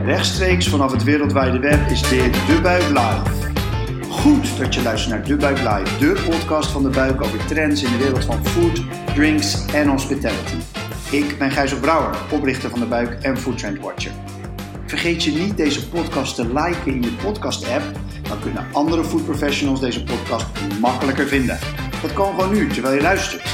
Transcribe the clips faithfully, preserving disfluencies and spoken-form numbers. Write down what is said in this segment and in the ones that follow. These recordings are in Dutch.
Rechtstreeks vanaf het wereldwijde web is dit De Buik Live. Goed dat je luistert naar De Buik Live, de podcast van De Buik over trends in de wereld van food, drinks en hospitality. Ik ben Gijs Brouwer, oprichter van De Buik en Food Trend Watcher. Vergeet je niet deze podcast te liken in je podcast app, dan kunnen andere food professionals deze podcast makkelijker vinden. Dat kan gewoon nu, terwijl je luistert.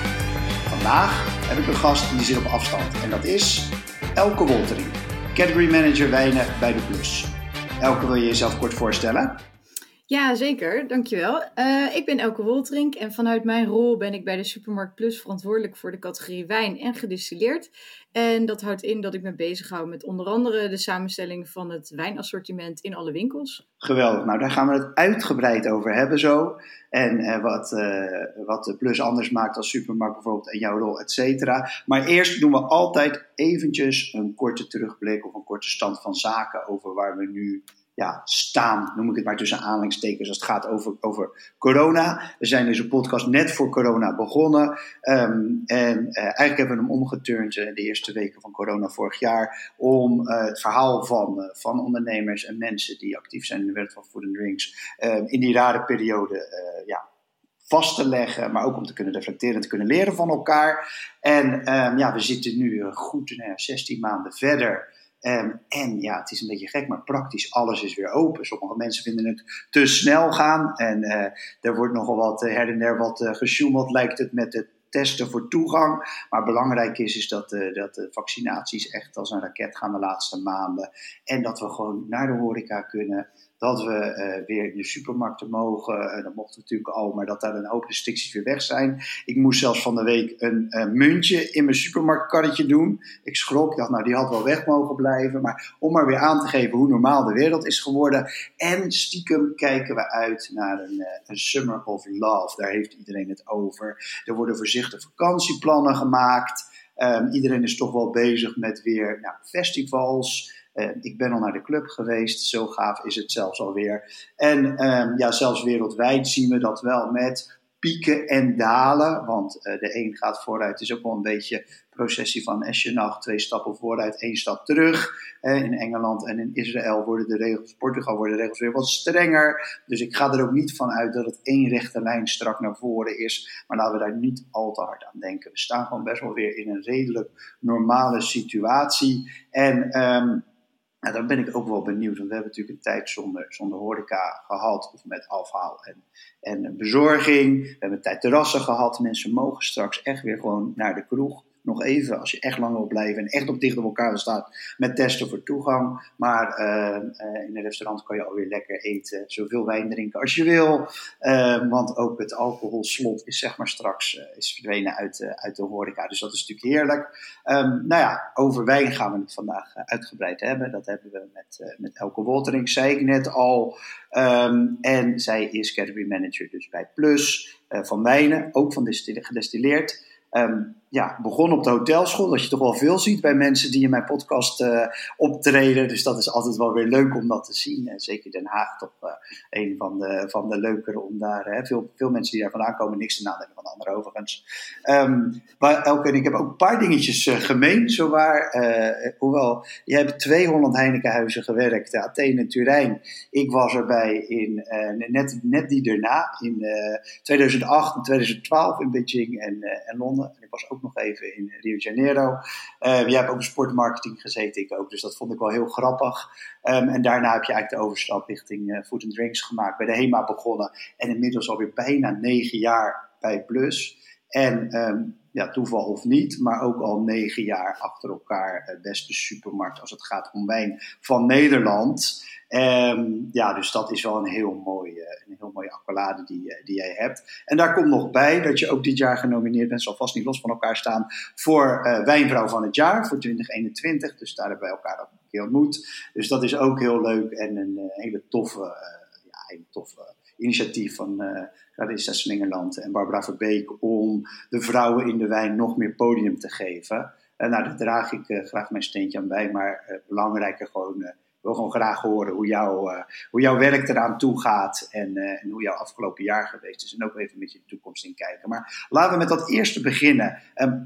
Vandaag heb ik een gast die zit op afstand en dat is Elke Woltering, Category Manager Wijnen bij de Plus. Elke, wil je jezelf kort voorstellen? Ja, zeker. Dankjewel. Uh, ik ben Elke Woltering en vanuit mijn rol ben ik bij de Supermarkt Plus verantwoordelijk voor de categorie wijn en gedistilleerd. En dat houdt in dat ik me bezighoud met onder andere de samenstelling van het wijnassortiment in alle winkels. Geweldig. Nou, daar gaan we het uitgebreid over hebben zo. En uh, wat, uh, wat de Plus anders maakt als supermarkt bijvoorbeeld en jouw rol, et cetera. Maar eerst doen we altijd eventjes een korte terugblik of een korte stand van zaken over waar we nu ja, staan, noem ik het maar tussen aanhalingstekens, als het gaat over, over corona. We zijn deze podcast net voor corona begonnen. Um, en uh, eigenlijk hebben we hem omgeturnd uh, de eerste weken van corona vorig jaar om uh, het verhaal van, uh, van ondernemers en mensen die actief zijn in de wereld van food and drinks uh, in die rare periode uh, ja, vast te leggen, maar ook om te kunnen reflecteren en te kunnen leren van elkaar. En um, ja, we zitten nu uh, goed uh, zestien maanden verder. Um, en ja, het is een beetje gek, maar praktisch alles is weer open. Sommige mensen vinden het te snel gaan. En uh, er wordt nogal wat uh, her en der wat uh, gesjoemeld, lijkt het, met het testen voor toegang. Maar belangrijk is, is dat, uh, dat de vaccinaties echt als een raket gaan de laatste maanden. En dat we gewoon naar de horeca kunnen. Dat we uh, weer in de supermarkten mogen. Uh, dat mochten we natuurlijk al, maar dat daar een hoop restricties weer weg zijn. Ik moest zelfs van de week een uh, muntje in mijn supermarktkarretje doen. Ik schrok, ik dacht nou die had wel weg mogen blijven. Maar om maar weer aan te geven hoe normaal de wereld is geworden. En stiekem kijken we uit naar een, uh, een Summer of Love. Daar heeft iedereen het over. Er worden voorzichtige vakantieplannen gemaakt. Um, iedereen is toch wel bezig met weer nou, festivals. Uh, ik ben al naar de club geweest, zo gaaf is het zelfs alweer. En um, ja, zelfs wereldwijd zien we dat wel met pieken en dalen. Want uh, de een gaat vooruit, het is ook wel een beetje processie van Eschenach, twee stappen vooruit, één stap terug. Uh, in Engeland en in Israël worden de regels, Portugal worden de regels weer wat strenger. Dus ik ga er ook niet van uit dat het één rechte lijn strak naar voren is. Maar laten we daar niet al te hard aan denken. We staan gewoon best wel weer in een redelijk normale situatie. En Um, Nou, daar ben ik ook wel benieuwd, want we hebben natuurlijk een tijd zonder, zonder horeca gehad, of met afhaal en, en bezorging. We hebben een tijd terrassen gehad. Mensen mogen straks echt weer gewoon naar de kroeg. Nog even, als je echt lang wil blijven en echt op dicht op elkaar wil staan, met testen voor toegang. Maar uh, uh, in een restaurant kan je alweer lekker eten, zoveel wijn drinken als je wil. Uh, want ook het alcoholslot is zeg maar straks uh, is verdwenen uit, uh, uit de horeca. Dus dat is natuurlijk heerlijk. Um, nou ja, over wijn gaan we het vandaag uh, uitgebreid hebben. Dat hebben we met, uh, met Elke Woltering, zei ik net al. Um, en zij is category manager dus bij Plus uh, van wijnen, ook van gedestilleerd. Um, ja, begon op de hotelschool, dat je toch wel veel ziet bij mensen die in mijn podcast uh, optreden. Dus dat is altijd wel weer leuk om dat te zien. En zeker Den Haag toch uh, een van de, van de leukere om daar, hè, veel, veel mensen die daar vandaan komen, niks te nadenken van anderen overigens. Um, maar Elke en ik hebben ook een paar dingetjes uh, gemeen, zowaar. Uh, hoewel, jij hebt twee Holland Heinekenhuizen gewerkt, Athene en Turijn. Ik was erbij in, uh, net, net die daarna, in uh, tweeduizend acht en tweeduizend twaalf in Beijing en, uh, en Londen. En ik was ook nog even in Rio de Janeiro. Uh, jij hebt ook in sportmarketing gezeten, ik ook. Dus dat vond ik wel heel grappig. Um, en daarna heb je eigenlijk de overstap richting uh, food and drinks gemaakt. Bij de HEMA begonnen. En inmiddels alweer bijna negen jaar bij Plus. En um, ja, toeval of niet, maar ook al negen jaar achter elkaar uh, beste supermarkt als het gaat om wijn van Nederland. Um, ja, dus dat is wel een heel mooie, uh, een heel mooie accolade die, uh, die jij hebt. En daar komt nog bij dat je ook dit jaar genomineerd bent, zal vast niet los van elkaar staan, voor uh, Wijnvrouw van het jaar voor twintig eenentwintig. Dus daar hebben wij elkaar ook een keer ontmoet. Dus dat is ook heel leuk en een uh, hele toffe, uh, ja, hele toffe initiatief van uh, Clarissa Slingerland en Barbara Verbeek om de vrouwen in de wijn nog meer podium te geven. Uh, nou, daar draag ik uh, graag mijn steentje aan bij, maar uh, belangrijker gewoon, uh, ik wil gewoon graag horen hoe, jou, uh, hoe jouw werk eraan toe gaat en, uh, en hoe jouw afgelopen jaar geweest is. En ook even met je toekomst in kijken. Maar laten we met dat eerste beginnen. Um,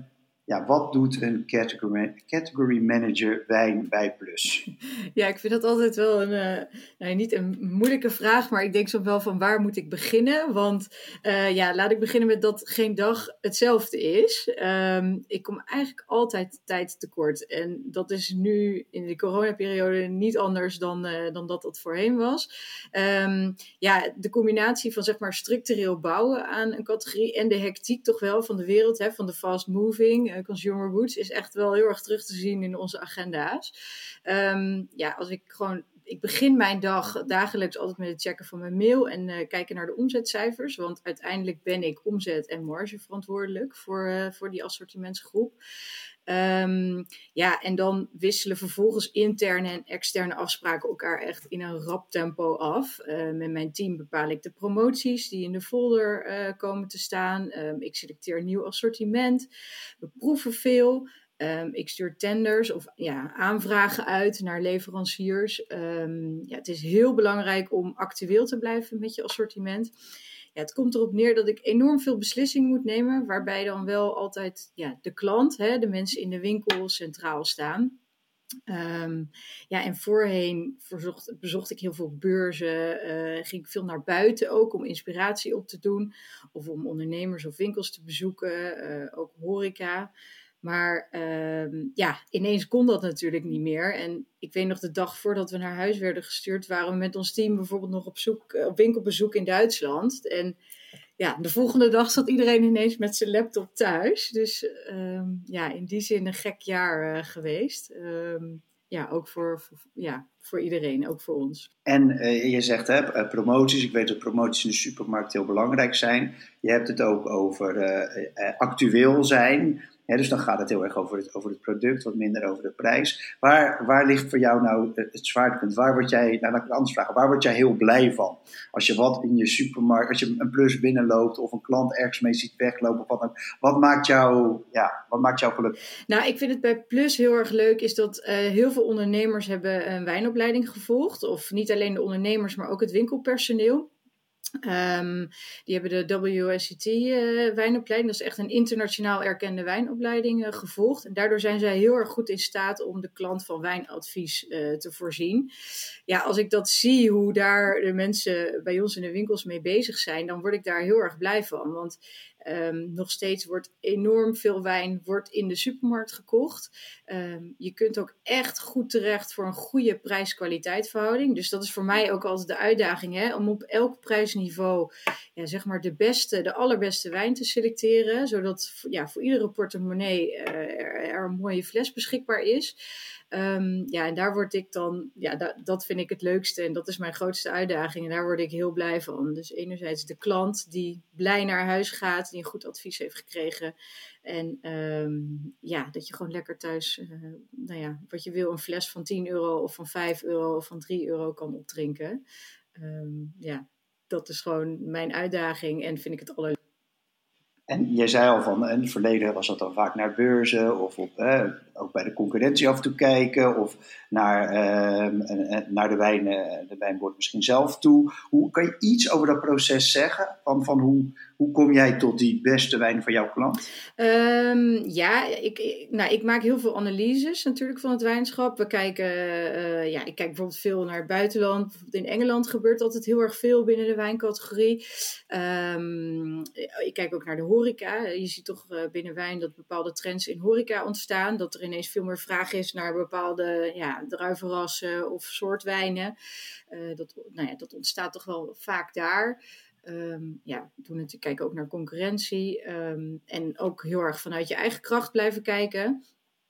ja, wat doet een category, category manager wijn bij Plus? Ja, ik vind dat altijd wel een, uh, nou, niet een moeilijke vraag, maar ik denk soms wel van waar moet ik beginnen? Want uh, ja, laat ik beginnen met dat geen dag hetzelfde is. Um, ik kom eigenlijk altijd tijd tekort. En dat is nu in de coronaperiode niet anders dan, uh, dan dat dat voorheen was. Um, ja, de combinatie van zeg maar structureel bouwen aan een categorie en de hectiek toch wel van de wereld, hè, van de fast moving uh, consumer goods, is echt wel heel erg terug te zien in onze agenda's. Um, ja, als ik gewoon, ik begin mijn dag dagelijks altijd met het checken van mijn mail en uh, kijken naar de omzetcijfers, want uiteindelijk ben ik omzet en marge verantwoordelijk voor, uh, voor die assortimentsgroep. Um, ja, en dan wisselen vervolgens interne en externe afspraken elkaar echt in een rap tempo af. Uh, met mijn team bepaal ik de promoties die in de folder uh, komen te staan. Um, ik selecteer een nieuw assortiment. We proeven veel. Um, ik stuur tenders of ja, aanvragen uit naar leveranciers. Um, ja, het is heel belangrijk om actueel te blijven met je assortiment. Ja, het komt erop neer dat ik enorm veel beslissingen moet nemen, waarbij dan wel altijd ja, de klant, hè, de mensen in de winkel centraal staan. Um, ja, en voorheen verzocht, bezocht ik heel veel beurzen, uh, ging ik veel naar buiten ook om inspiratie op te doen of om ondernemers of winkels te bezoeken, uh, ook horeca. Maar uh, ja, ineens kon dat natuurlijk niet meer. En ik weet nog de dag voordat we naar huis werden gestuurd, waren we met ons team bijvoorbeeld nog op, zoek, op winkelbezoek in Duitsland. En ja, de volgende dag zat iedereen ineens met zijn laptop thuis. Dus um, ja, in die zin een gek jaar uh, geweest. Um, ja, ook voor, voor, ja, voor iedereen, ook voor ons. En uh, je zegt hè, promoties. Ik weet dat promoties in de supermarkt heel belangrijk zijn. Je hebt het ook over uh, uh, actueel zijn. Ja, dus dan gaat het heel erg over het, over het product, wat minder over de prijs. Waar, waar ligt voor jou nou het zwaartepunt? Waar word jij, nou laat ik het anders vragen, waar word jij heel blij van? Als je wat in je supermarkt, als je een Plus binnenloopt of een klant ergens mee ziet weglopen, wat, dan, wat, maakt, jou, ja, wat maakt jou gelukkig? Nou, ik vind het bij Plus heel erg leuk is dat uh, heel veel ondernemers hebben een wijnopleiding gevolgd. Of niet alleen de ondernemers, maar ook het winkelpersoneel. Um, die hebben de W S E T uh, wijnopleiding. Dat is echt een internationaal erkende wijnopleiding uh, gevolgd. En daardoor zijn zij heel erg goed in staat om de klant van wijnadvies uh, te voorzien. Ja, als ik dat zie, hoe daar de mensen bij ons in de winkels mee bezig zijn, dan word ik daar heel erg blij van. Want um, nog steeds wordt enorm veel wijn wordt in de supermarkt gekocht. Um, je kunt ook echt goed terecht voor een goede prijs-kwaliteit verhouding. Dus dat is voor mij ook altijd de uitdaging, hè, om op elk prijsniveau ja, zeg maar de beste, de allerbeste wijn te selecteren, zodat ja, voor iedere portemonnee uh, er, er een mooie fles beschikbaar is. Um, ja, en daar word ik dan, ja, da, dat vind ik het leukste en dat is mijn grootste uitdaging en daar word ik heel blij van. Dus enerzijds de klant die blij naar huis gaat, die een goed advies heeft gekregen en um, ja, dat je gewoon lekker thuis, uh, nou ja, wat je wil, een fles van tien euro of van vijf euro of van drie euro kan opdrinken. Um, ja, dat is gewoon mijn uitdaging en vind ik het allerleukste. En jij zei al van, in het verleden was dat dan vaak naar beurzen of op, eh, ook bij de concurrentie af en toe kijken of naar, eh, naar de, wijn, de wijnbord misschien zelf toe. Hoe, kan je iets over dat proces zeggen? Van, van hoe, hoe kom jij tot die beste wijn van jouw klant? Um, ja, ik, ik, nou, ik maak heel veel analyses natuurlijk van het wijnschap. We kijken, uh, ja, ik kijk bijvoorbeeld veel naar het buitenland. Bijvoorbeeld in Engeland gebeurt altijd heel erg veel binnen de wijncategorie. Um, ik kijk ook naar de horeca. Je ziet toch uh, binnen wijn dat bepaalde trends in horeca ontstaan. Dat er ineens veel meer vraag is naar bepaalde ja, druivenrassen of soort wijnen. Uh, dat, nou ja, dat ontstaat toch wel vaak daar. Um, ja, we doen het, kijken ook naar concurrentie. Um, en ook heel erg vanuit je eigen kracht blijven kijken.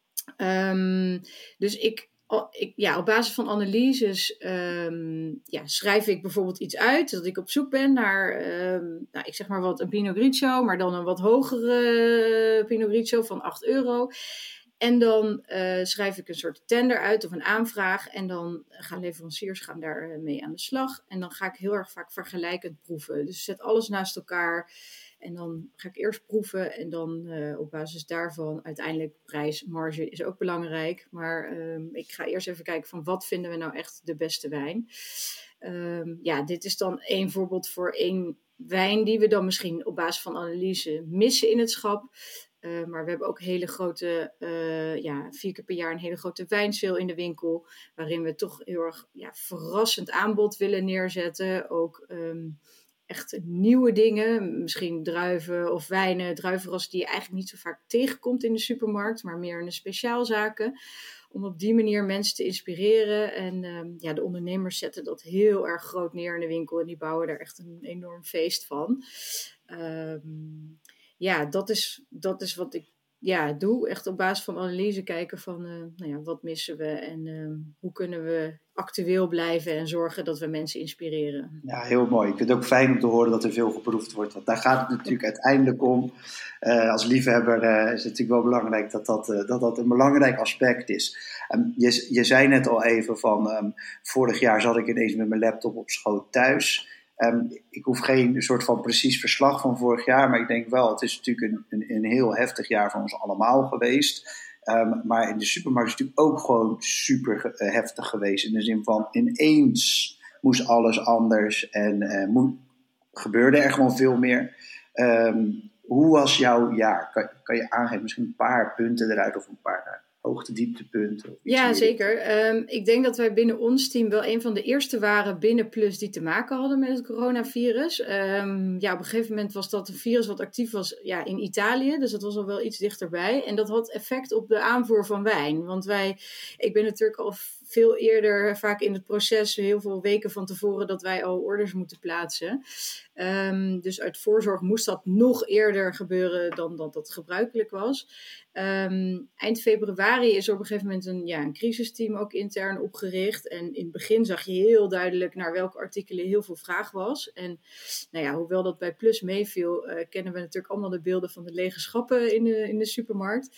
Um, dus ik... Ik, ja, op basis van analyses um, ja, schrijf ik bijvoorbeeld iets uit. Dat ik op zoek ben naar, um, nou, ik zeg maar wat, een Pinot Grigio, maar dan een wat hogere Pinot Grigio van acht euro. En dan uh, schrijf ik een soort tender uit of een aanvraag. En dan gaan leveranciers gaan daar uh, mee aan de slag. En dan ga ik heel erg vaak vergelijkend proeven. Dus zet alles naast elkaar. En dan ga ik eerst proeven en dan uh, op basis daarvan uiteindelijk prijs, marge is ook belangrijk. Maar um, ik ga eerst even kijken van wat vinden we nou echt de beste wijn. Um, ja, dit is dan één voorbeeld voor één wijn die we dan misschien op basis van analyse missen in het schap. Uh, maar we hebben ook hele grote, uh, ja, vier keer per jaar een hele grote wijnsale in de winkel. Waarin we toch heel erg ja, verrassend aanbod willen neerzetten. Ook um, echt nieuwe dingen. Misschien druiven of wijnen, druivenrassen die je eigenlijk niet zo vaak tegenkomt in de supermarkt. Maar meer in de speciaalzaken. Om op die manier mensen te inspireren. En um, ja, de ondernemers zetten dat heel erg groot neer in de winkel. En die bouwen daar echt een enorm feest van. Um, ja, dat is, dat is wat ik ja, doe. Echt op basis van analyse kijken van uh, nou ja, wat missen we. En uh, hoe kunnen we actueel blijven. En zorgen dat we mensen inspireren. Ja, heel mooi. Ik vind het ook fijn om te horen dat er veel geproefd wordt. Want daar gaat het natuurlijk uiteindelijk om. Uh, als liefhebber uh, is het natuurlijk wel belangrijk dat dat, uh, dat, dat een belangrijk aspect is. Um, je, je zei net al even van um, vorig jaar zat ik ineens met mijn laptop op schoot thuis. Um, ik hoef geen soort van precies verslag van vorig jaar, maar ik denk wel, het is natuurlijk een, een, een heel heftig jaar voor ons allemaal geweest. Um, maar in de supermarkt is het natuurlijk ook gewoon super ge- heftig geweest. In de zin van ineens moest alles anders en uh, mo- gebeurde er gewoon veel meer. Um, hoe was jouw jaar? Kan, kan je aangeven, misschien een paar punten eruit of een paar uh, hoogte-dieptepunten? Of iets ja, meer? zeker. Um, ik denk dat wij binnen ons team wel een van de eerste waren binnen Plus die te maken hadden met het coronavirus. Um, ja, op een gegeven moment was dat een virus wat actief was ja, in Italië. Dus dat was al wel iets dichterbij. En dat had effect op de aanvoer van wijn. Want wij, ik ben natuurlijk al veel eerder vaak in het proces, heel veel weken van tevoren, dat wij al orders moeten plaatsen. Um, dus uit voorzorg moest dat nog eerder gebeuren dan dat dat gebruikelijk was. Um, eind februari is er op een gegeven moment een, ja, een crisisteam ook intern opgericht. En in het begin zag je heel duidelijk naar welke artikelen heel veel vraag was. En nou ja, hoewel dat bij Plus meeviel, uh, kennen we natuurlijk allemaal de beelden van de lege schappen in de, in de supermarkt.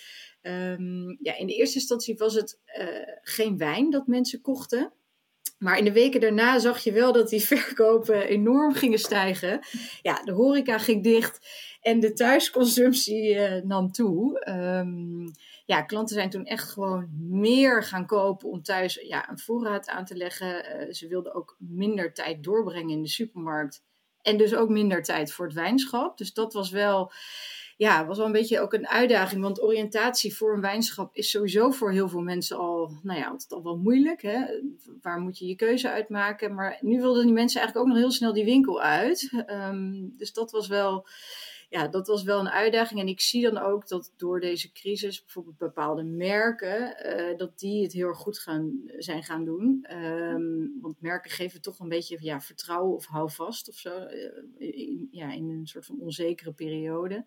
Um, ja, in de eerste instantie was het uh, geen wijn dat mensen kochten. Maar in de weken daarna zag je wel dat die verkopen enorm gingen stijgen. Ja, de horeca ging dicht en de thuisconsumptie uh, nam toe. Um, ja, klanten zijn toen echt gewoon meer gaan kopen om thuis ja, een voorraad aan te leggen. Uh, ze wilden ook minder tijd doorbrengen in de supermarkt. En dus ook minder tijd voor het wijnschap. Dus dat was wel... Ja, was wel een beetje ook een uitdaging. Want oriëntatie voor een wijnschap is sowieso voor heel veel mensen al, nou ja, altijd al wel moeilijk. Hè? Waar moet je je keuze uitmaken? Maar nu wilden die mensen eigenlijk ook nog heel snel die winkel uit. Um, dus dat was wel, ja, dat was wel een uitdaging. En ik zie dan ook dat door deze crisis bijvoorbeeld bepaalde merken, uh, dat die het heel erg goed gaan, zijn gaan doen. Um, want merken geven toch een beetje ja, vertrouwen of houvast of zo. Uh, in, ja, in een soort van onzekere periode.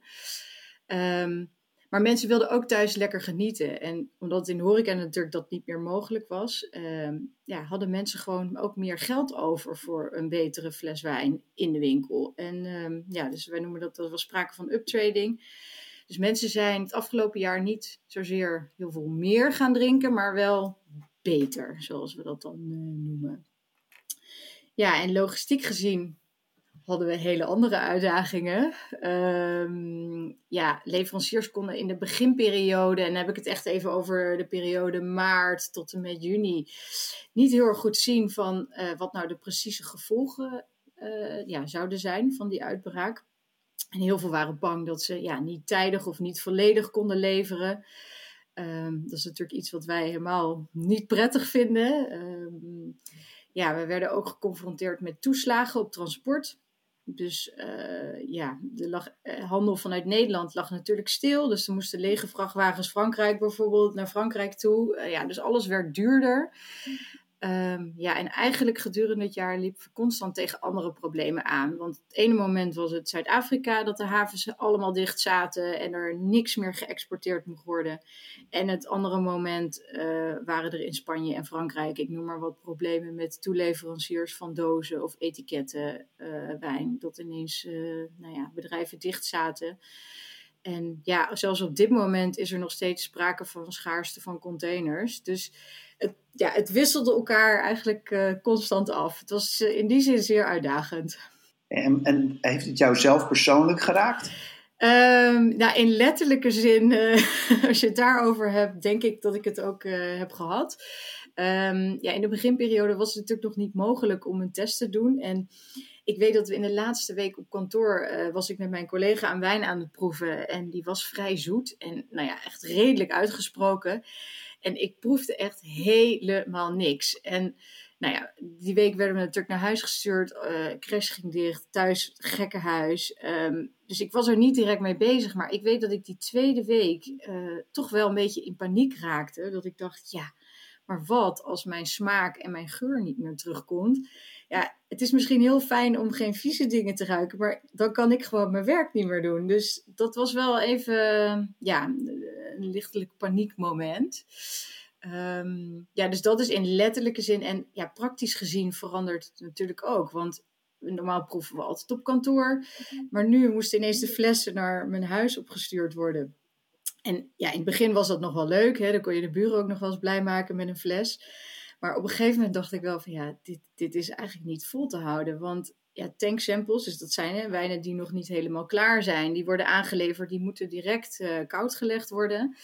Um, maar mensen wilden ook thuis lekker genieten. En omdat in de horeca natuurlijk dat niet meer mogelijk was, um, ja, hadden mensen gewoon ook meer geld over voor een betere fles wijn in de winkel. En um, ja, dus wij noemen dat, dat was sprake van uptrading. Dus mensen zijn het afgelopen jaar niet zozeer heel veel meer gaan drinken, maar wel beter, zoals we dat dan uh, noemen. Ja, en logistiek gezien hadden we hele andere uitdagingen. Um, ja, leveranciers konden in de beginperiode, en dan heb ik het echt even over de periode maart tot en met juni, niet heel erg goed zien van uh, wat nou de precieze gevolgen uh, ja, zouden zijn van die uitbraak. En heel veel waren bang dat ze ja, niet tijdig of niet volledig konden leveren. Um, dat is natuurlijk iets wat wij helemaal niet prettig vinden. Um, ja, we werden ook geconfronteerd met toeslagen op transport. Dus uh, ja, de lag, uh, handel vanuit Nederland lag natuurlijk stil. Dus er moesten lege vrachtwagens Frankrijk bijvoorbeeld naar Frankrijk toe. Uh, ja, dus alles werd duurder. Um, ja, en eigenlijk gedurende het jaar liep we constant tegen andere problemen aan. Want het ene moment was het Zuid-Afrika dat de havens allemaal dicht zaten en er niks meer geëxporteerd mocht worden. En het andere moment uh, waren er in Spanje en Frankrijk, ik noem maar wat, problemen met toeleveranciers van dozen of etiketten uh, wijn. Dat ineens uh, nou ja, bedrijven dicht zaten. En ja, zelfs op dit moment is er nog steeds sprake van schaarste van containers. Dus het, ja, het wisselde elkaar eigenlijk uh, constant af. Het was uh, in die zin zeer uitdagend. En, en heeft het jou zelf persoonlijk geraakt? Um, nou, in letterlijke zin, uh, als je het daarover hebt, denk ik dat ik het ook uh, heb gehad. Um, ja, in de beginperiode was het natuurlijk nog niet mogelijk om een test te doen. En ik weet dat we in de laatste week op kantoor uh, was ik met mijn collega een wijn aan het proeven. En die was vrij zoet en nou ja, echt redelijk uitgesproken. En ik proefde echt helemaal niks. En nou ja, die week werden we natuurlijk naar huis gestuurd. Uh, crash ging dicht, thuis gekkenhuis. Um, dus ik was er niet direct mee bezig. Maar ik weet dat ik die tweede week uh, toch wel een beetje in paniek raakte. Dat ik dacht, ja, maar wat als mijn smaak en mijn geur niet meer terugkomt? Ja, het is misschien heel fijn om geen vieze dingen te ruiken. Maar dan kan ik gewoon mijn werk niet meer doen. Dus dat was wel even, ja, een lichtelijk paniekmoment. Um, ja, dus dat is in letterlijke zin. En ja, praktisch gezien verandert het natuurlijk ook. Want normaal proeven we altijd op kantoor. Maar nu moesten ineens de flessen naar mijn huis opgestuurd worden. En ja, in het begin was dat nog wel leuk. Hè? Dan kon je de buren ook nog wel eens blij maken met een fles. Maar op een gegeven moment dacht ik wel van ja, dit, dit is eigenlijk niet vol te houden. Want ja, tanksamples, dus dat zijn hè, wijnen die nog niet helemaal klaar zijn. Die worden aangeleverd, die moeten direct uh, koud gelegd worden.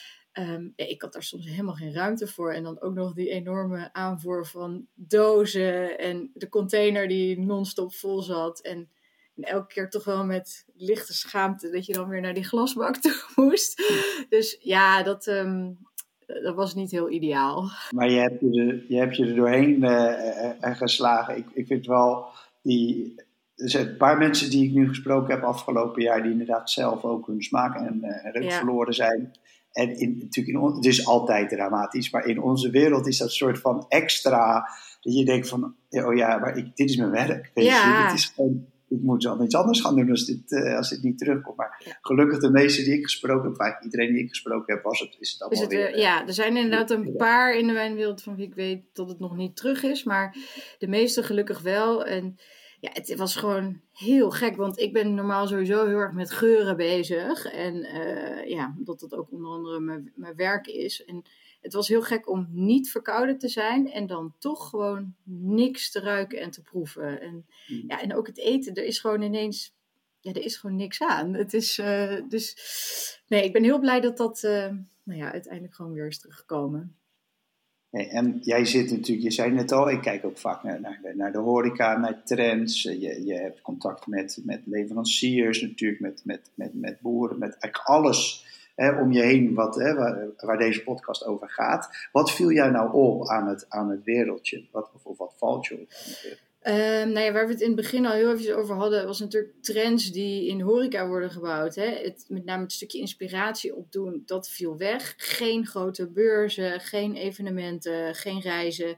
Um, ja, ik had daar soms helemaal geen ruimte voor. En dan ook nog die enorme aanvoer van dozen. En de container die non-stop vol zat. En, en elke keer toch wel met lichte schaamte dat je dan weer naar die glasbak toe moest. Dus ja, dat, um, dat was niet heel ideaal. Maar je hebt je er, je, hebt je er doorheen uh, uh, geslagen. Ik, ik vind wel die... Er zijn een paar mensen die ik nu gesproken heb afgelopen jaar... die inderdaad zelf ook hun smaak en uh, reuk ja. verloren zijn... En in, natuurlijk in on, het is altijd dramatisch, maar in onze wereld is dat een soort van extra, dat je denkt van, oh ja, maar ik, dit is mijn werk. Weet ja. je, dit is gewoon, ik moet dan iets anders gaan doen als dit, uh, als dit niet terugkomt. Maar ja. gelukkig de meeste die ik gesproken heb, vaak iedereen die ik gesproken heb, was het, is het allemaal is het, weer. Uh, ja, er zijn inderdaad een paar in de wijnwereld van wie ik weet dat het nog niet terug is, maar de meeste gelukkig wel. En ja, het was gewoon heel gek, want ik ben normaal sowieso heel erg met geuren bezig. En uh, ja, omdat dat ook onder andere mijn, mijn werk is. En het was heel gek om niet verkouden te zijn en dan toch gewoon niks te ruiken en te proeven. En, mm. ja, en ook het eten, er is gewoon ineens, ja, er is gewoon niks aan. Het is, uh, dus, nee, ik ben heel blij dat dat, uh, nou ja, uiteindelijk gewoon weer is teruggekomen. Nee, en jij zit natuurlijk, je zei net al, ik kijk ook vaak naar, naar, naar de horeca, naar trends. Je, je hebt contact met, met leveranciers natuurlijk, met, met, met, met boeren, met eigenlijk alles hè, om je heen wat, hè, waar, waar deze podcast over gaat. Wat viel jou nou op aan het, aan het wereldje? Wat, of, of wat valt je op aan het wereldje? Uh, nou ja, waar we het in het begin al heel even over hadden, was natuurlijk trends die in horeca worden gebouwd. Hè? Het, met name het stukje inspiratie opdoen, dat viel weg. Geen grote beurzen, geen evenementen, geen reizen.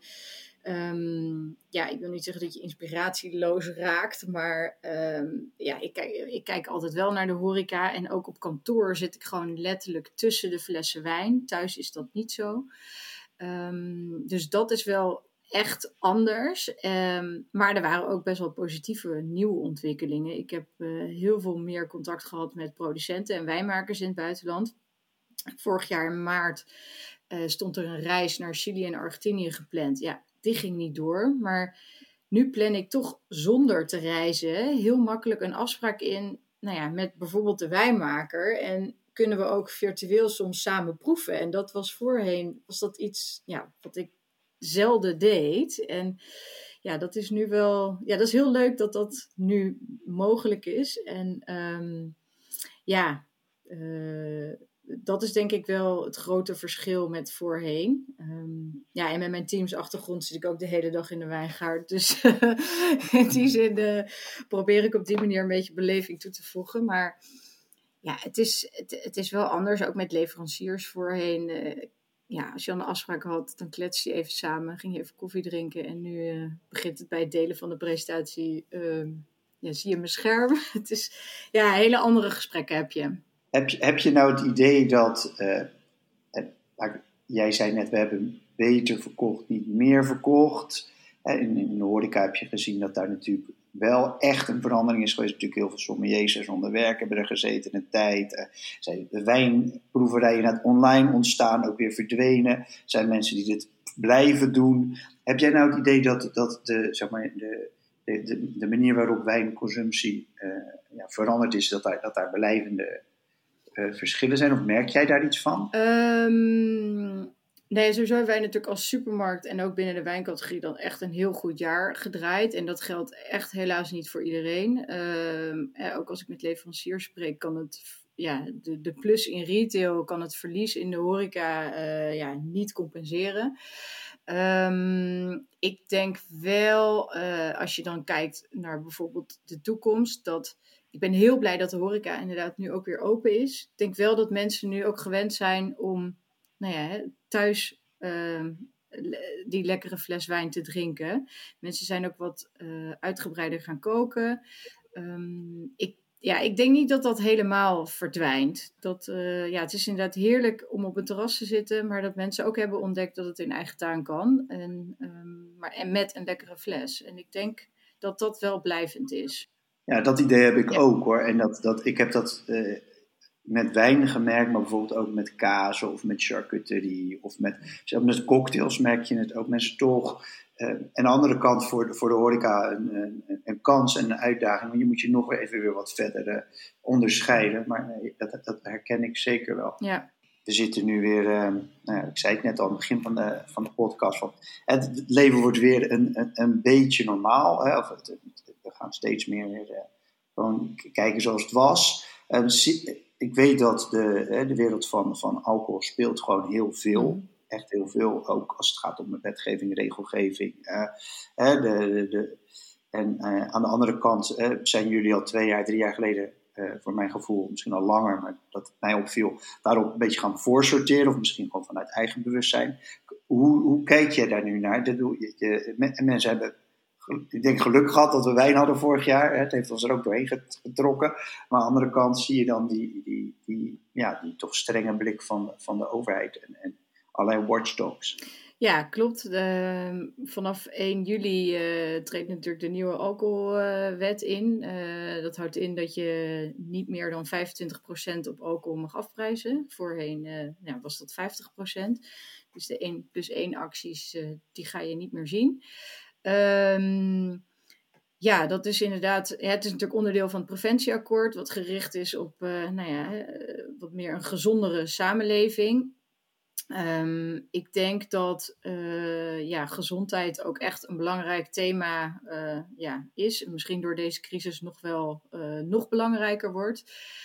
Um, ja, ik wil niet zeggen dat je inspiratieloos raakt, maar um, ja, ik kijk, ik kijk altijd wel naar de horeca. En ook op kantoor zit ik gewoon letterlijk tussen de flessen wijn. Thuis is dat niet zo. Um, dus dat is wel echt anders. Um, maar er waren ook best wel positieve nieuwe ontwikkelingen. Ik heb uh, heel veel meer contact gehad met producenten en wijnmakers in het buitenland. Vorig jaar in maart uh, stond er een reis naar Chili en Argentinië gepland. Ja, die ging niet door. Maar nu plan ik toch zonder te reizen heel makkelijk een afspraak in, nou ja, met bijvoorbeeld de wijnmaker. En kunnen we ook virtueel soms samen proeven. En dat was voorheen, was dat iets ja, wat ik zelden deed. En ja, dat is nu wel, ja, dat is heel leuk dat dat nu mogelijk is. En um, ja, uh, dat is denk ik wel het grote verschil met voorheen. Um, ja, en met mijn teamsachtergrond zit ik ook de hele dag in de wijngaard. Dus in die zin uh, probeer ik op die manier een beetje beleving toe te voegen. Maar ja, het is, het, het is wel anders, ook met leveranciers voorheen. Uh, ja, als je dan een afspraak had, dan klets je even samen, ging je even koffie drinken. En nu uh, begint het bij het delen van de presentatie. Uh, ja, zie je mijn scherm. Het is, ja, hele andere gesprekken heb je. Heb je, heb je nou het idee dat, uh, uh, jij zei net, we hebben beter verkocht, niet meer verkocht. Uh, in, in de horeca heb je gezien dat daar natuurlijk wel echt een verandering is geweest. Natuurlijk heel veel sommeliers zonder werk hebben er gezeten in de tijd. Uh, zijn de wijnproeverijen net online ontstaan, ook weer verdwenen. Er zijn mensen die dit blijven doen. Heb jij nou het idee dat, dat de, zeg maar, de, de, de, de manier waarop wijnconsumptie uh, ja, veranderd is, dat daar, dat daar blijvende uh, verschillen zijn? Of merk jij daar iets van? Um... Nee, sowieso hebben wij natuurlijk als supermarkt en ook binnen de wijncategorie dan echt een heel goed jaar gedraaid. En dat geldt echt helaas niet voor iedereen. Ehm, eh, ook als ik met leveranciers spreek, kan het, ja, de, de plus in retail kan het verlies in de horeca eh, ja, niet compenseren. Ehm, ik denk wel, eh, als je dan kijkt naar bijvoorbeeld de toekomst, dat ik ben heel blij dat de horeca inderdaad nu ook weer open is. Ik denk wel dat mensen nu ook gewend zijn om, nou ja, hè, thuis uh, die lekkere fles wijn te drinken. Mensen zijn ook wat uh, uitgebreider gaan koken. Um, ik, ja, ik denk niet dat dat helemaal verdwijnt. Dat, uh, ja, het is inderdaad heerlijk om op een terras te zitten, maar dat mensen ook hebben ontdekt dat het in eigen tuin kan. En, um, maar, en met een lekkere fles. En ik denk dat dat wel blijvend is. Ja, dat idee heb ik Ja. ook hoor. En dat, dat, ik heb dat uh, met wijn gemerkt, maar bijvoorbeeld ook met kaas of met charcuterie of met, zelfs met cocktails merk je het ook. Mensen toch. Uh, aan de andere kant voor, voor de horeca een, een, een kans en een uitdaging. Want je moet je nog weer even weer wat verder uh, onderscheiden. Maar nee, dat, dat herken ik zeker wel. Ja. We zitten nu weer, uh, nou ja, ik zei het net al aan het begin van de, van de podcast, van, het, het leven wordt weer een, een, een beetje normaal. Hè, of het, we gaan steeds meer weer uh, gewoon kijken zoals het was. Uh, ik weet dat de, de wereld van, van alcohol speelt gewoon heel veel. Mm. Echt heel veel, ook als het gaat om wetgeving, regelgeving. Uh, de, de, de, en uh, aan de andere kant uh, zijn jullie al twee jaar, drie jaar geleden, uh, voor mijn gevoel, misschien al langer, maar dat het mij opviel, daarop een beetje gaan voorsorteren, of misschien gewoon vanuit eigen bewustzijn. Hoe, hoe kijk jij daar nu naar? Dat doe je, je, mensen hebben, ik denk, geluk gehad dat we wijn hadden vorig jaar. Hè? Het heeft ons er ook doorheen getrokken. Maar aan de andere kant zie je dan die, die, die, ja, die toch strenge blik van, van de overheid en, en allerlei watchdogs. Ja, klopt. Uh, vanaf één juli uh, treedt natuurlijk de nieuwe alcoholwet uh, in. Uh, dat houdt in dat je niet meer dan vijfentwintig procent op alcohol mag afprijzen. Voorheen uh, nou, was dat vijftig procent. Dus de één plus één acties, uh, die ga je niet meer zien. Um, ja, dat is inderdaad, ja, het is natuurlijk onderdeel van het preventieakkoord, wat gericht is op uh, nou ja, uh, wat meer een gezondere samenleving. Um, ik denk dat uh, ja, gezondheid ook echt een belangrijk thema uh, ja, is. En misschien door deze crisis nog wel uh, nog belangrijker wordt.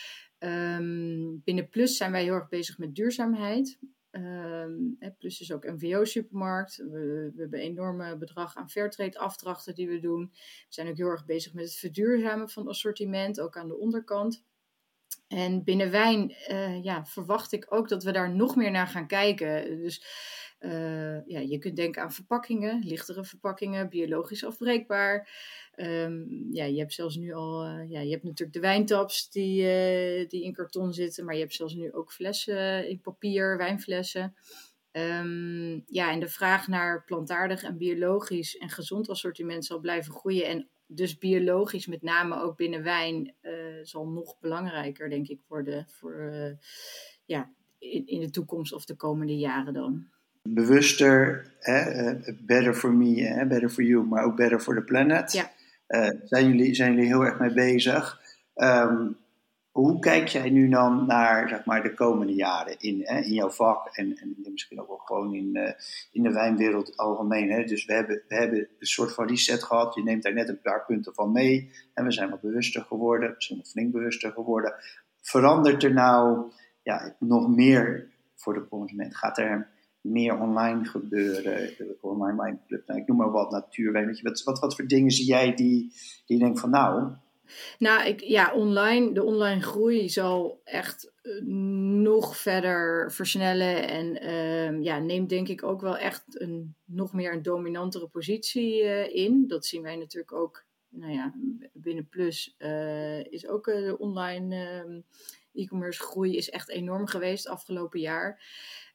Um, binnen Plus zijn wij heel erg bezig met duurzaamheid. Um, Plus is ook een V O-supermarkt. We, we hebben een enorme bedrag aan Fairtrade afdrachten die we doen. We zijn ook heel erg bezig met het verduurzamen van het assortiment, ook aan de onderkant. En binnen wijn uh, ja, verwacht ik ook dat we daar nog meer naar gaan kijken. Dus uh, ja, je kunt denken aan verpakkingen, lichtere verpakkingen, biologisch afbreekbaar. Um, ja, je hebt zelfs nu al, uh, ja, je hebt natuurlijk de wijntaps die, uh, die in karton zitten, maar je hebt zelfs nu ook flessen in papier, wijnflessen. Um, ja, en de vraag naar plantaardig en biologisch en gezond assortiment zal blijven groeien. En dus biologisch, met name ook binnen wijn, uh, zal nog belangrijker, denk ik, worden voor, uh, ja, in, in de toekomst of de komende jaren dan. Bewuster, hè, uh, better for me, hè, better for you, maar ook better for the planet. Ja. Uh, zijn, jullie, zijn jullie heel erg mee bezig. Um, hoe kijk jij nu dan naar, zeg maar, de komende jaren in, hè, in jouw vak en, en misschien ook wel gewoon in, uh, in de wijnwereld algemeen? Hè? Dus we hebben, we hebben een soort van reset gehad. Je neemt daar net een paar punten van mee. En we zijn wat bewuster geworden. We zijn wat flink bewuster geworden. Verandert er nou ja, nog meer voor de consument? Gaat er meer online gebeuren? Online wijnclub, nou, ik noem maar wat, natuurwijn. Weet je, wat, wat, wat voor dingen zie jij die, die je denkt van nou... Nou, ik, ja, online, de online groei zal echt uh, nog verder versnellen en uh, ja, neemt denk ik ook wel echt een, nog meer een dominantere positie uh, in. Dat zien wij natuurlijk ook, nou ja, binnen Plus uh, is ook uh, de online uh, e-commerce groei is echt enorm geweest afgelopen jaar.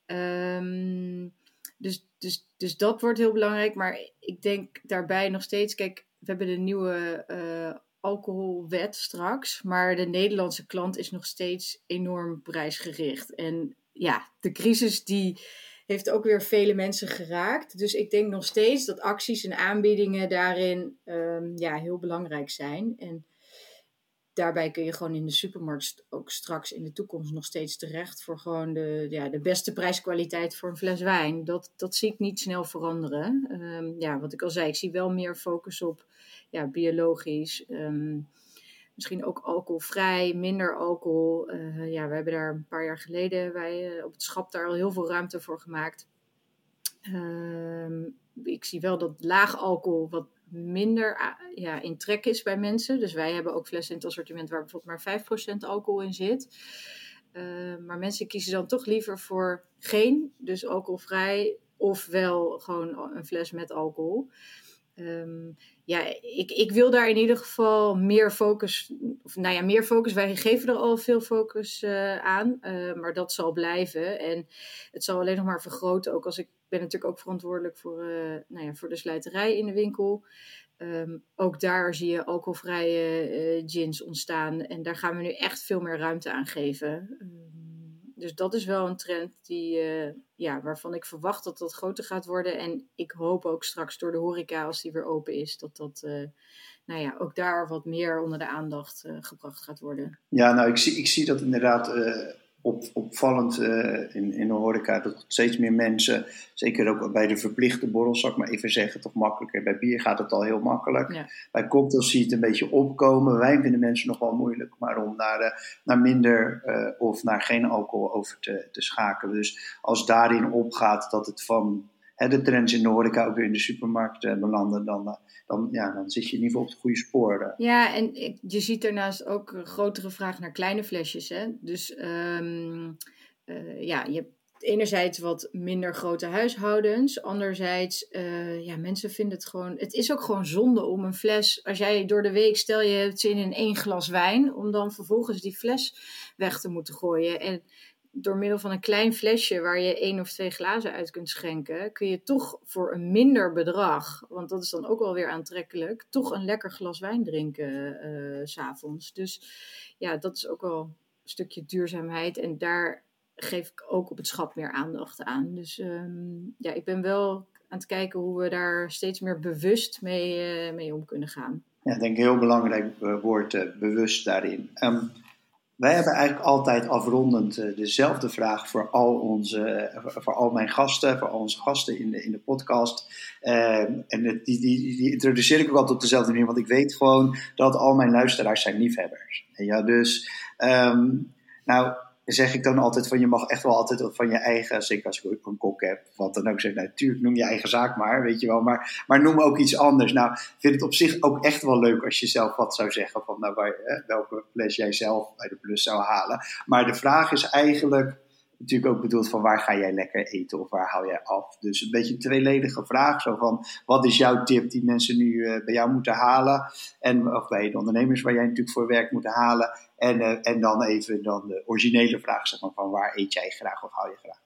Um, dus, dus, dus dat wordt heel belangrijk, maar ik denk daarbij nog steeds, kijk, we hebben de nieuwe... Uh, alcoholwet straks, maar de Nederlandse klant is nog steeds enorm prijsgericht. En ja, de crisis die heeft ook weer vele mensen geraakt. Dus ik denk nog steeds dat acties en aanbiedingen daarin um, ja, heel belangrijk zijn. En daarbij kun je gewoon in de supermarkt ook straks in de toekomst nog steeds terecht voor gewoon de, ja, de beste prijskwaliteit voor een fles wijn. Dat, dat zie ik niet snel veranderen. Um, ja, wat ik al zei, ik zie wel meer focus op ja, biologisch, um, misschien ook alcoholvrij, minder alcohol. Uh, ja, we hebben daar een paar jaar geleden wij uh, op het schap daar al heel veel ruimte voor gemaakt. Um, ik zie wel dat laag alcohol wat minder ja, in trek is bij mensen. Dus wij hebben ook flessen in het assortiment waar bijvoorbeeld maar vijf procent alcohol in zit. Uh, maar mensen kiezen dan toch liever voor geen, dus alcoholvrij, ofwel gewoon een fles met alcohol. Um, ja, ik, ik wil daar in ieder geval meer focus, of nou ja, meer focus. Wij geven er al veel focus uh, aan, uh, maar dat zal blijven. En het zal alleen nog maar vergroten. Ook als ik ben natuurlijk ook verantwoordelijk voor, uh, nou ja, voor de slijterij in de winkel. Um, ook daar zie je alcoholvrije uh, gins ontstaan. En daar gaan we nu echt veel meer ruimte aan geven. Um, Dus dat is wel een trend die, uh, ja, waarvan ik verwacht dat dat groter gaat worden. En ik hoop ook straks door de horeca, als die weer open is, dat dat uh, nou ja, ook daar wat meer onder de aandacht uh, gebracht gaat worden. Ja, nou, ik zie, ik zie dat inderdaad uh, op, opvallend uh, in, in de horeca. Dat steeds meer mensen, zeker ook bij de verplichte borrels, zal ik maar even zeggen, toch makkelijker. Bij bier gaat het al heel makkelijk. Ja. Bij cocktails zie je het een beetje opkomen. Wijn vinden mensen nog wel moeilijk, maar om naar, uh, naar minder uh, of naar geen alcohol over te, te schakelen. Dus als daarin opgaat dat het van hè, de trends in de horeca ook weer in de supermarkt uh, belanden, dan, uh, dan, ja, dan zit je in ieder geval op het goede spoor. Uh. Ja, en je ziet daarnaast ook een grotere vraag naar kleine flesjes. Hè? Dus um, uh, ja, je hebt enerzijds wat minder grote huishoudens. Anderzijds, uh, ja, mensen vinden het gewoon... Het is ook gewoon zonde om een fles... Als jij door de week, stel je hebt zin in één glas wijn, om dan vervolgens die fles weg te moeten gooien. En door middel van een klein flesje waar je één of twee glazen uit kunt schenken, kun je toch voor een minder bedrag, want dat is dan ook wel weer aantrekkelijk, toch een lekker glas wijn drinken uh, 's avonds. Dus ja, dat is ook wel een stukje duurzaamheid. En daar geef ik ook op het schap meer aandacht aan. Dus um, ja, ik ben wel aan het kijken hoe we daar steeds meer bewust mee, uh, mee om kunnen gaan. Ja, ik denk een heel belangrijk woord, uh, bewust daarin. Um, Wij hebben eigenlijk altijd afrondend uh, dezelfde vraag voor al, onze, uh, voor al mijn gasten, voor al onze gasten in de, in de podcast. Uh, en die, die, die introduceer ik ook altijd op dezelfde manier, want ik weet gewoon dat al mijn luisteraars zijn liefhebbers. Ja, dus, um, nou, zeg ik dan altijd van je mag echt wel altijd van je eigen, zeker als ik een kok heb, wat dan ook zeg, nou, natuurlijk noem je eigen zaak maar, weet je wel, maar, maar noem ook iets anders. Nou, ik vind het op zich ook echt wel leuk als je zelf wat zou zeggen van nou, waar, hè, welke fles jij zelf bij de Plus zou halen. Maar de vraag is eigenlijk natuurlijk ook bedoeld van waar ga jij lekker eten of waar hou jij af. Dus een beetje een tweeledige vraag, zo van wat is jouw tip die mensen nu uh, bij jou moeten halen en of bij de ondernemers waar jij natuurlijk voor werk moet halen. En, uh, en dan even dan de originele vraag, zeg maar, van waar eet jij graag of hou je graag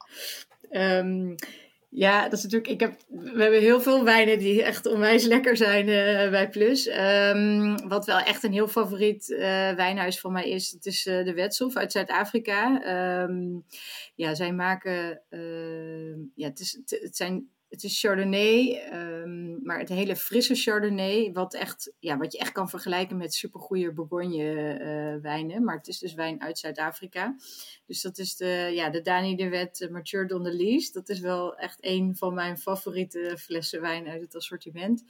af? Um, ja, dat is natuurlijk. Ik heb, we hebben heel veel wijnen die echt onwijs lekker zijn uh, bij Plus. Um, wat wel echt een heel favoriet uh, wijnhuis van mij is, dat is uh, de Wetself uit Zuid-Afrika. Um, ja, zij maken. Uh, ja, het, is, het, het zijn. Het is Chardonnay, um, maar het hele frisse Chardonnay, wat, echt, ja, wat je echt kan vergelijken met supergoeie Bourgogne uh, wijnen. Maar het is dus wijn uit Zuid-Afrika. Dus dat is de, ja, de Dani de Wet Mature Don de Lies. Dat is wel echt een van mijn favoriete flessen wijn uit het assortiment.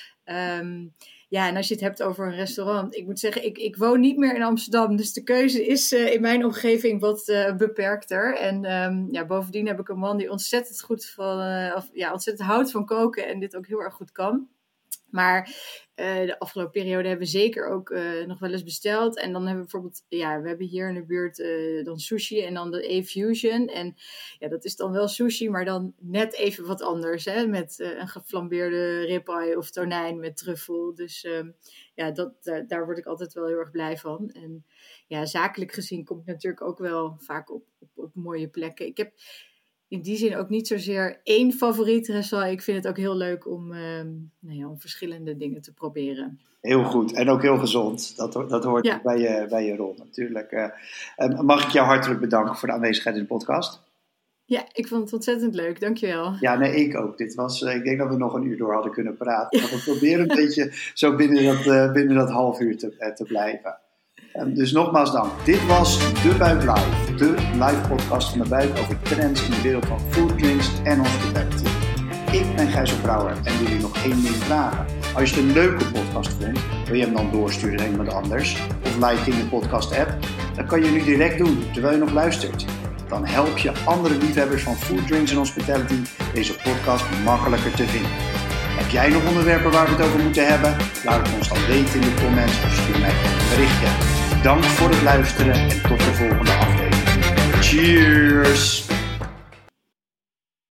Um, ja, en als je het hebt over een restaurant. Ik moet zeggen, ik, ik woon niet meer in Amsterdam. Dus de keuze is uh, in mijn omgeving wat uh, beperkter. En um, ja, bovendien heb ik een man die ontzettend goed van, uh, of, ja, ontzettend houdt van koken. En dit ook heel erg goed kan. Maar uh, de afgelopen periode hebben we zeker ook uh, nog wel eens besteld. En dan hebben we bijvoorbeeld, ja, we hebben hier in de buurt uh, dan sushi en dan de A-Fusion. En ja, dat is dan wel sushi, maar dan net even wat anders. Hè? Met uh, een geflambeerde ribeye of tonijn met truffel. Dus uh, ja, dat, uh, daar word ik altijd wel heel erg blij van. En ja, zakelijk gezien kom ik natuurlijk ook wel vaak op, op, op mooie plekken. Ik heb in die zin ook niet zozeer één favoriet restaurant. Ik vind het ook heel leuk om, uh, nou ja, om verschillende dingen te proberen. Heel goed. En ook heel gezond. Dat, dat hoort ja. bij, je, bij je rol natuurlijk. Uh, mag ik jou hartelijk bedanken voor de aanwezigheid in de podcast? Ja, ik vond het ontzettend leuk. Dankjewel. Ja, nee, ik ook. Dit was, uh, ik denk dat we nog een uur door hadden kunnen praten. Maar we proberen een beetje zo binnen dat, uh, binnen dat half uur te, uh, te blijven. Dus nogmaals dank. Dit was De Buik Live, de live podcast van De Buik over trends in de wereld van food, drinks en hospitality. Ik ben Gijs Brouwer en wil je nog één ding vragen. Als je het een leuke podcast vond, wil je hem dan doorsturen naar iemand anders of like in je podcast app? Dat kan je nu direct doen, terwijl je nog luistert. Dan help je andere liefhebbers van food, drinks en hospitality deze podcast makkelijker te vinden. Heb jij nog onderwerpen waar we het over moeten hebben? Laat het ons dan weten in de comments of stuur mij een berichtje. Dank voor het luisteren en tot de volgende aflevering. Cheers!